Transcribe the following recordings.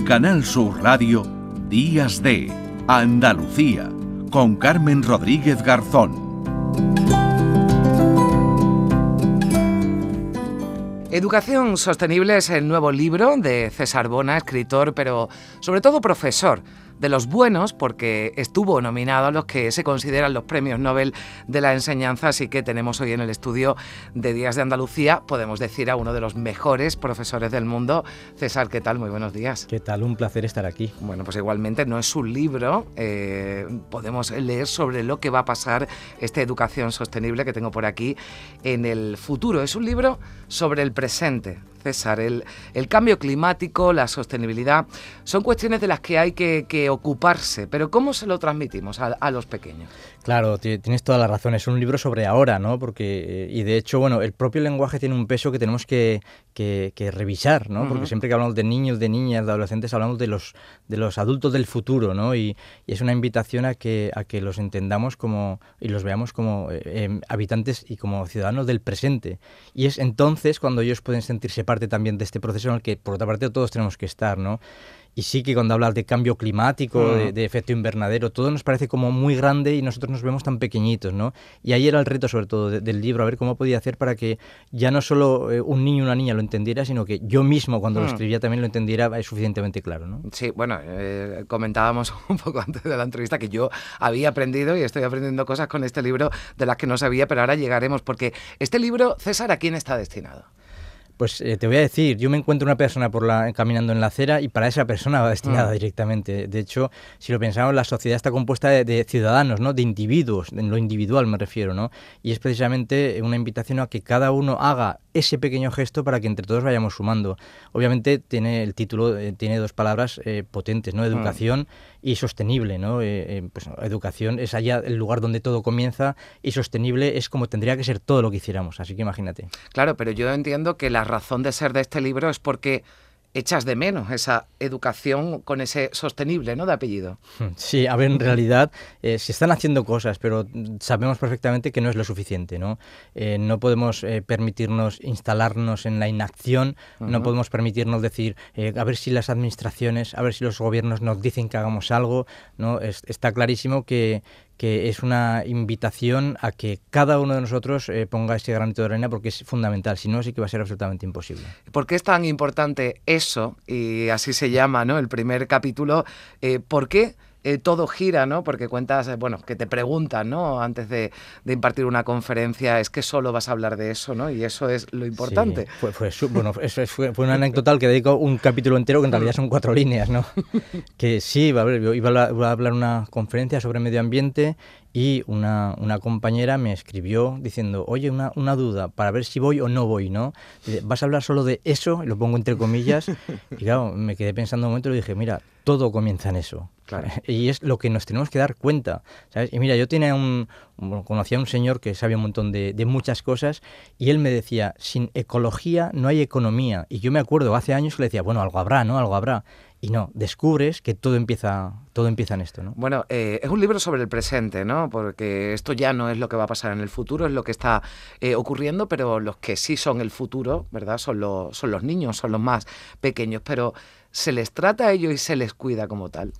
Canal Sur Radio, Días de Andalucía, con Carmen Rodríguez Garzón. Educación Sostenible es el nuevo libro de César Bona, escritor, pero sobre todo profesor. De los buenos, porque estuvo nominado a los que se consideran los premios Nobel de la enseñanza, así que tenemos hoy en el estudio de Días de Andalucía, podemos decir, a uno de los mejores profesores del mundo. César, ¿qué tal? Muy buenos días. ¿Qué tal? Un placer estar aquí. Bueno, pues igualmente no es un libro, podemos leer sobre lo que va a pasar, esta educación sostenible que tengo por aquí, en el futuro. Es un libro sobre el presente. César, el cambio climático, la sostenibilidad, son cuestiones de las que hay que ocuparse, pero ¿cómo se lo transmitimos a los pequeños? Claro, tienes toda la razón, es un libro sobre ahora, ¿no? Porque, y de hecho, bueno, el propio lenguaje tiene un peso que tenemos que revisar, ¿no? Porque siempre que hablamos de niños, de niñas, de adolescentes, hablamos de los adultos del futuro, ¿no? Y es una invitación a que los entendamos como y los veamos como habitantes y como ciudadanos del presente. Y es entonces cuando ellos pueden sentirse parte también de este proceso en el que, por otra parte, todos tenemos que estar, ¿no? Y sí que cuando hablas de cambio climático, de efecto invernadero, todo nos parece como muy grande y nosotros nos vemos tan pequeñitos, ¿no? Y ahí era el reto, sobre todo, del libro, a ver cómo podía hacer para que ya no solo un niño o una niña lo entendiera, sino que yo mismo, cuando lo escribía, también lo entendiera suficientemente claro, ¿no? Sí, bueno, comentábamos un poco antes de la entrevista que yo había aprendido y estoy aprendiendo cosas con este libro de las que no sabía, pero ahora llegaremos, porque este libro, César, ¿a quién está destinado? Pues te voy a decir, yo me encuentro una persona caminando en la acera y para esa persona va destinada directamente. De hecho, si lo pensamos, la sociedad está compuesta de ciudadanos, ¿no? De individuos, en lo individual me refiero, ¿no? Y es precisamente una invitación a que cada uno haga ese pequeño gesto para que entre todos vayamos sumando. Obviamente el título tiene dos palabras potentes, ¿no? Educación y sostenible, ¿no? Pues educación es allá el lugar donde todo comienza y sostenible es como tendría que ser todo lo que hiciéramos, así que imagínate. Claro, pero yo entiendo que la razón de ser de este libro es porque echas de menos esa educación con ese sostenible, ¿no?, de apellido. Sí, a ver, en realidad se están haciendo cosas, pero sabemos perfectamente que no es lo suficiente, ¿no? No podemos permitirnos instalarnos en la inacción, no podemos permitirnos decir, a ver si las administraciones, a ver si los gobiernos nos dicen que hagamos algo, ¿no? Está clarísimo que es una invitación a que cada uno de nosotros ponga ese granito de arena porque es fundamental, si no sí que va a ser absolutamente imposible. ¿Por qué es tan importante eso? Y así se llama, ¿no?, el primer capítulo. ¿Por qué todo gira, ¿no? Porque cuentas, bueno, que te preguntan, ¿no?, antes de impartir una conferencia, es que solo vas a hablar de eso, ¿no? Y eso es lo importante. Sí, fue una anécdota que dedico un capítulo entero, que en realidad son 4 líneas, ¿no? Que sí, yo iba a hablar una conferencia sobre medio ambiente y una compañera me escribió diciendo, oye, una duda, para ver si voy o no voy, ¿no? Dice, ¿vas a hablar solo de eso? Y lo pongo entre comillas. Y claro, me quedé pensando un momento y le dije, mira, todo comienza en eso. Claro. Y es lo que nos tenemos que dar cuenta, ¿sabes? Y mira, yo conocía a un señor que sabía un montón de muchas cosas y él me decía, sin ecología no hay economía. Y yo me acuerdo, hace años que le decía, bueno, algo habrá, ¿no? Algo habrá. Y no, descubres que todo empieza en esto, ¿no? Bueno, es un libro sobre el presente, ¿no? Porque esto ya no es lo que va a pasar en el futuro, es lo que está ocurriendo, pero los que sí son el futuro, ¿verdad?, son los niños, son los más pequeños, pero ¿se les trata a ellos y se les cuida como tal?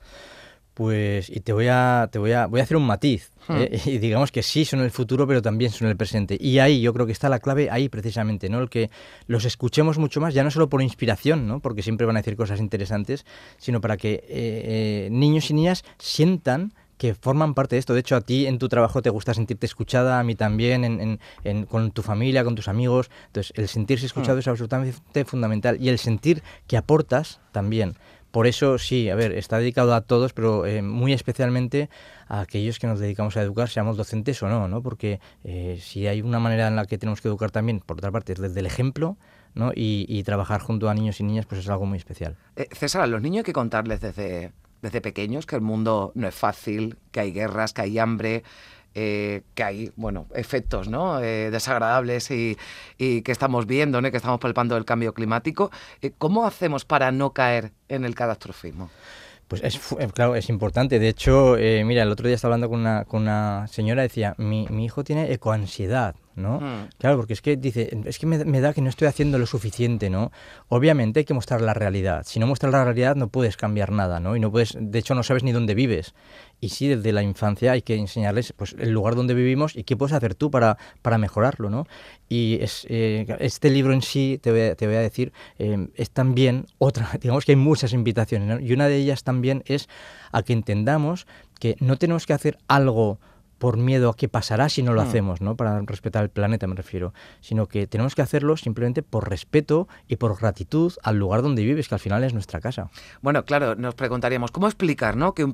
Pues, y voy a hacer un matiz, y digamos que sí son el futuro, pero también son el presente. Y ahí yo creo que está la clave, ahí precisamente, ¿no? El que los escuchemos mucho más, ya no solo por inspiración, ¿no?, porque siempre van a decir cosas interesantes, sino para que niños y niñas sientan que forman parte de esto. De hecho, a ti en tu trabajo te gusta sentirte escuchada, a mí también, con tu familia, con tus amigos. Entonces, el sentirse escuchado es absolutamente fundamental. Y el sentir que aportas también. Por eso, sí, a ver, está dedicado a todos, pero muy especialmente a aquellos que nos dedicamos a educar, seamos docentes o no, ¿no? Porque si hay una manera en la que tenemos que educar también, por otra parte, es desde el ejemplo, ¿no? Y trabajar junto a niños y niñas, pues es algo muy especial. César, a los niños hay que contarles desde pequeños que el mundo no es fácil, que hay guerras, que hay hambre, que hay, bueno, efectos, ¿no?, desagradables y que estamos viendo, ¿no?, que estamos palpando el cambio climático. ¿Cómo hacemos para no caer en el catastrofismo? Pues claro, es importante. De hecho, mira, el otro día estaba hablando con una señora, decía, mi hijo tiene ecoansiedad, ¿no? Claro, porque es que dice, es que me da que no estoy haciendo lo suficiente, ¿no? Obviamente hay que mostrar la realidad. Si no muestras la realidad no puedes cambiar nada, ¿no? Y no puedes, de hecho no sabes ni dónde vives. Y sí, desde la infancia hay que enseñarles pues, el lugar donde vivimos y qué puedes hacer tú para mejorarlo, ¿no? Y este libro en sí, te voy a decir, es también otra, digamos que hay muchas invitaciones, ¿no? Y una de ellas también es a que entendamos que no tenemos que hacer algo por miedo a qué pasará si no lo hacemos, ¿no? Para respetar el planeta me refiero, sino que tenemos que hacerlo simplemente por respeto y por gratitud al lugar donde vives, que al final es nuestra casa. Bueno, claro, nos preguntaríamos, ¿cómo explicar, ¿no? que un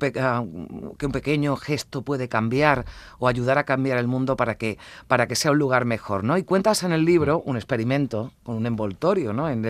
pequeño gesto puede cambiar o ayudar a cambiar el mundo para que sea un lugar mejor, ¿no? Y cuentas en el libro un experimento con un envoltorio, ¿no? En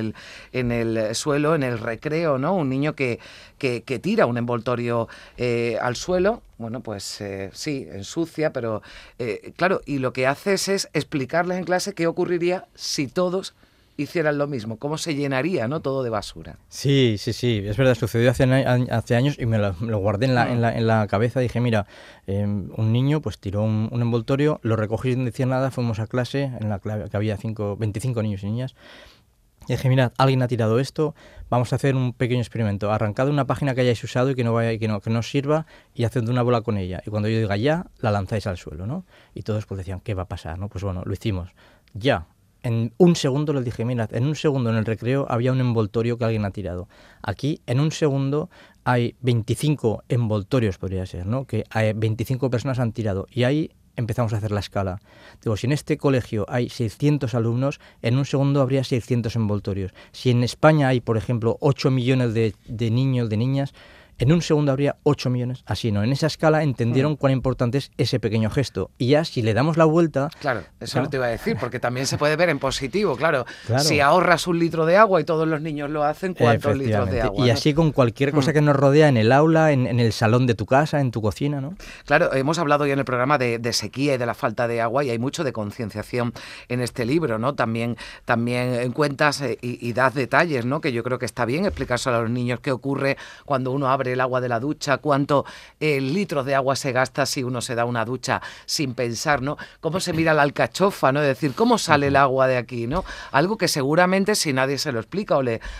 el suelo, en el recreo, ¿no? Un niño que tira un envoltorio al suelo. Bueno, pues sí, ensucia, pero claro, y lo que haces es explicarles en clase qué ocurriría si todos hicieran lo mismo, cómo se llenaría, ¿no? Todo de basura. Sí, es verdad, sucedió hace años y me lo guardé en la cabeza. Dije, mira, un niño pues tiró un envoltorio, lo recogí sin decir nada, fuimos a clase, en la que había 25 niños y niñas. Y dije, mira, alguien ha tirado esto, vamos a hacer un pequeño experimento. Arrancad una página que hayáis usado y que no os sirva y haced una bola con ella. Y cuando yo diga ya, la lanzáis al suelo, ¿no? Y todos pues decían, ¿qué va a pasar? ¿No? Pues bueno, lo hicimos. Ya. En un segundo les dije, mirad, en un segundo en el recreo había un envoltorio que alguien ha tirado. Aquí, en un segundo, hay 25 envoltorios, podría ser, ¿no? Que 25 personas han tirado. Y ahí empezamos a hacer la escala. Digo, si en este colegio hay 600 alumnos, en un segundo habría 600 envoltorios. Si en España hay, por ejemplo, 8 millones de niños, de niñas, en un segundo habría 8 millones. Así, ¿no? En esa escala entendieron cuán importante es ese pequeño gesto. Y ya, si le damos la vuelta... Claro, eso lo te iba a decir, porque también se puede ver en positivo, claro. Si ahorras 1 litro de agua y todos los niños lo hacen, ¿cuántos litros de agua? Y así con cualquier cosa que nos rodea en el aula, en el salón de tu casa, en tu cocina, ¿no? Claro, hemos hablado ya en el programa de sequía y de la falta de agua y hay mucho de concienciación en este libro, ¿no? También cuentas y das detalles, ¿no? Que yo creo que está bien explicárselo a los niños qué ocurre cuando uno abre el agua de la ducha, cuántos litros de agua se gasta si uno se da una ducha sin pensar, ¿no? Cómo se mira la alcachofa, ¿no? Es decir, cómo sale el agua de aquí, ¿no? Algo que seguramente si nadie se lo explica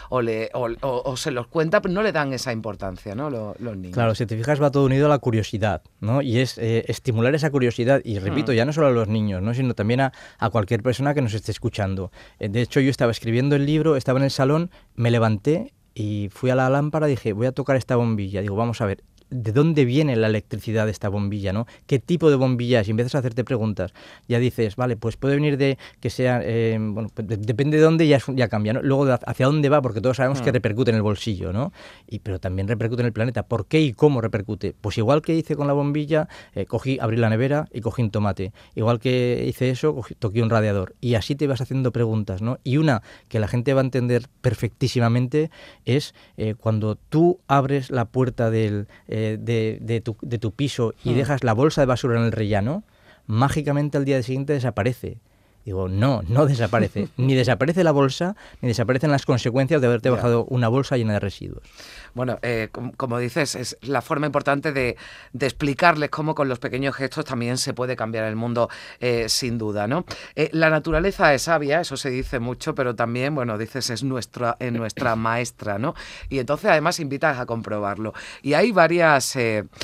o se los cuenta, no le dan esa importancia, ¿no? Los niños. Claro, si te fijas va todo unido a la curiosidad, ¿no? Y es estimular esa curiosidad y repito, ya no solo a los niños, ¿no? Sino también a cualquier persona que nos esté escuchando. De hecho, yo estaba escribiendo el libro, estaba en el salón, me levanté y fui a la lámpara y dije, voy a tocar esta bombilla. Digo, vamos a ver, ¿de dónde viene la electricidad de esta bombilla, ¿no? ¿Qué tipo de bombilla es? Y empiezas a hacerte preguntas. Ya dices, vale, pues puede venir de que sea, bueno, depende de dónde ya cambia, ¿no? Luego hacia dónde va, porque todos sabemos que repercute en el bolsillo, ¿no? Pero también repercute en el planeta. ¿Por qué y cómo repercute? Pues igual que hice con la bombilla, abrí la nevera y cogí un tomate. Igual que hice eso, toqué un radiador. Y así te vas haciendo preguntas, ¿no? Y una que la gente va a entender perfectísimamente es cuando tú abres la puerta de tu piso y dejas la bolsa de basura en el rellano, mágicamente al día siguiente desaparece. Digo, no desaparece. Ni desaparece la bolsa, ni desaparecen las consecuencias de haberte bajado una bolsa llena de residuos. Bueno, como dices, es la forma importante de explicarles cómo con los pequeños gestos también se puede cambiar el mundo, sin duda, ¿no? La naturaleza es sabia, eso se dice mucho, pero también, bueno, dices, es nuestra maestra, ¿no? Y entonces además invitas a comprobarlo. Y hay varias,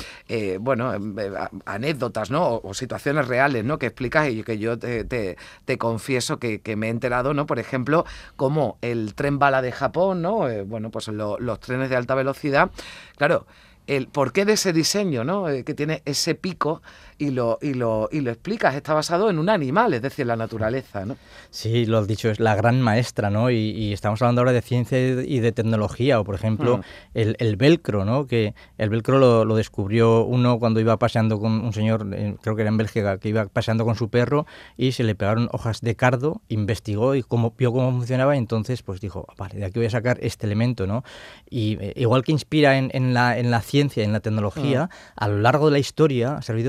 anécdotas, ¿no? O situaciones reales, ¿no? Que explicas y que yo te confieso que me he enterado, ¿no? Por ejemplo, como el tren bala de Japón, ¿no? Pues los trenes de alta velocidad, claro, el porqué de ese diseño, ¿no? Que tiene ese pico y lo explicas, está basado en un animal, es decir, la naturaleza, ¿no? Sí, lo has dicho, es la gran maestra, ¿no? Y estamos hablando ahora de ciencia y de tecnología, o por ejemplo, el velcro, ¿no? Que el velcro lo descubrió uno cuando iba paseando con un señor, creo que era en Bélgica, que iba paseando con su perro y se le pegaron hojas de cardo, investigó y vio cómo funcionaba y entonces pues dijo, vale, de aquí voy a sacar este elemento, ¿no? Y igual que inspira en la ciencia y en la tecnología, a lo largo de la historia ha servido de grandísimo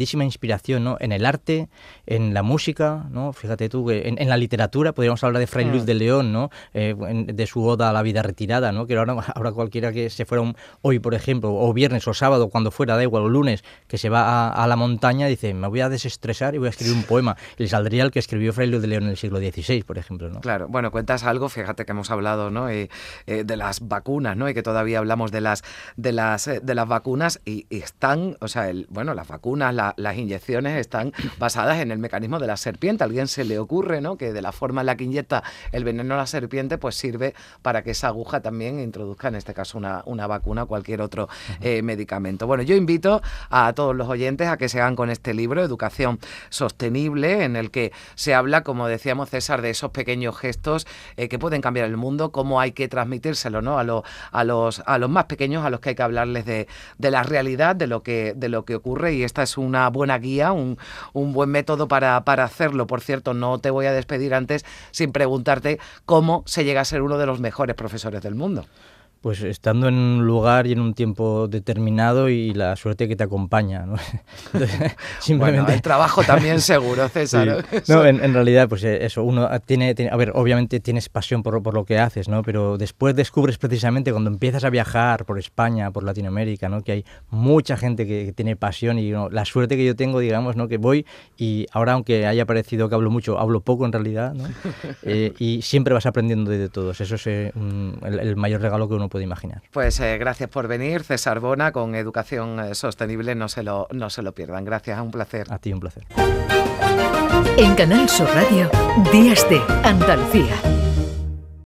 grandísima inspiración, ¿no? En el arte, en la música, ¿no? Fíjate tú, que en la literatura, podríamos hablar de Fray Luis de León, ¿no? De su oda a la vida retirada, ¿no? Que ahora cualquiera que se fuera hoy, por ejemplo, o viernes o sábado, cuando fuera, da igual, o lunes, que se va a la montaña, dice, me voy a desestresar y voy a escribir un poema. Y le saldría el que escribió Fray Luis de León en el siglo XVI, por ejemplo, ¿no? Claro, bueno, cuentas algo, fíjate que hemos hablado, ¿no? De las vacunas, ¿no? Y que todavía hablamos de las vacunas y están, o sea, las vacunas, las inyecciones están basadas en el mecanismo de la serpiente. A alguien se le ocurre, ¿no? Que de la forma en la que inyecta el veneno a la serpiente, pues sirve para que esa aguja también introduzca, en este caso, una vacuna o cualquier otro medicamento. Bueno, yo invito a todos los oyentes a que se hagan con este libro, Educación Sostenible, en el que se habla, como decíamos, César, de esos pequeños gestos que pueden cambiar el mundo, cómo hay que transmitírselo, ¿no? a los más pequeños, a los que hay que hablarles de la realidad, de lo que ocurre, y esta es una buena guía, un buen método para hacerlo. Por cierto, no te voy a despedir antes sin preguntarte cómo se llega a ser uno de los mejores profesores del mundo. Pues estando en un lugar y en un tiempo determinado y la suerte que te acompaña, ¿no? Entonces, simplemente... Bueno, el trabajo también seguro, César. Sí. No, en realidad, pues eso, uno tiene, a ver, obviamente tienes pasión por lo que haces, ¿no? Pero después descubres precisamente cuando empiezas a viajar por España, por Latinoamérica, ¿no? Que hay mucha gente que tiene pasión y, ¿no? La suerte que yo tengo, digamos, ¿no? Que voy y ahora, aunque haya parecido que hablo mucho, hablo poco en realidad, ¿no? Y siempre vas aprendiendo de todos. Eso es el mayor regalo que uno puede imaginar. Pues gracias por venir, César Bona, con Educación Sostenible, no se lo pierdan. Gracias, un placer. A ti, un placer. En Canal Sur Radio, Días de Andalucía.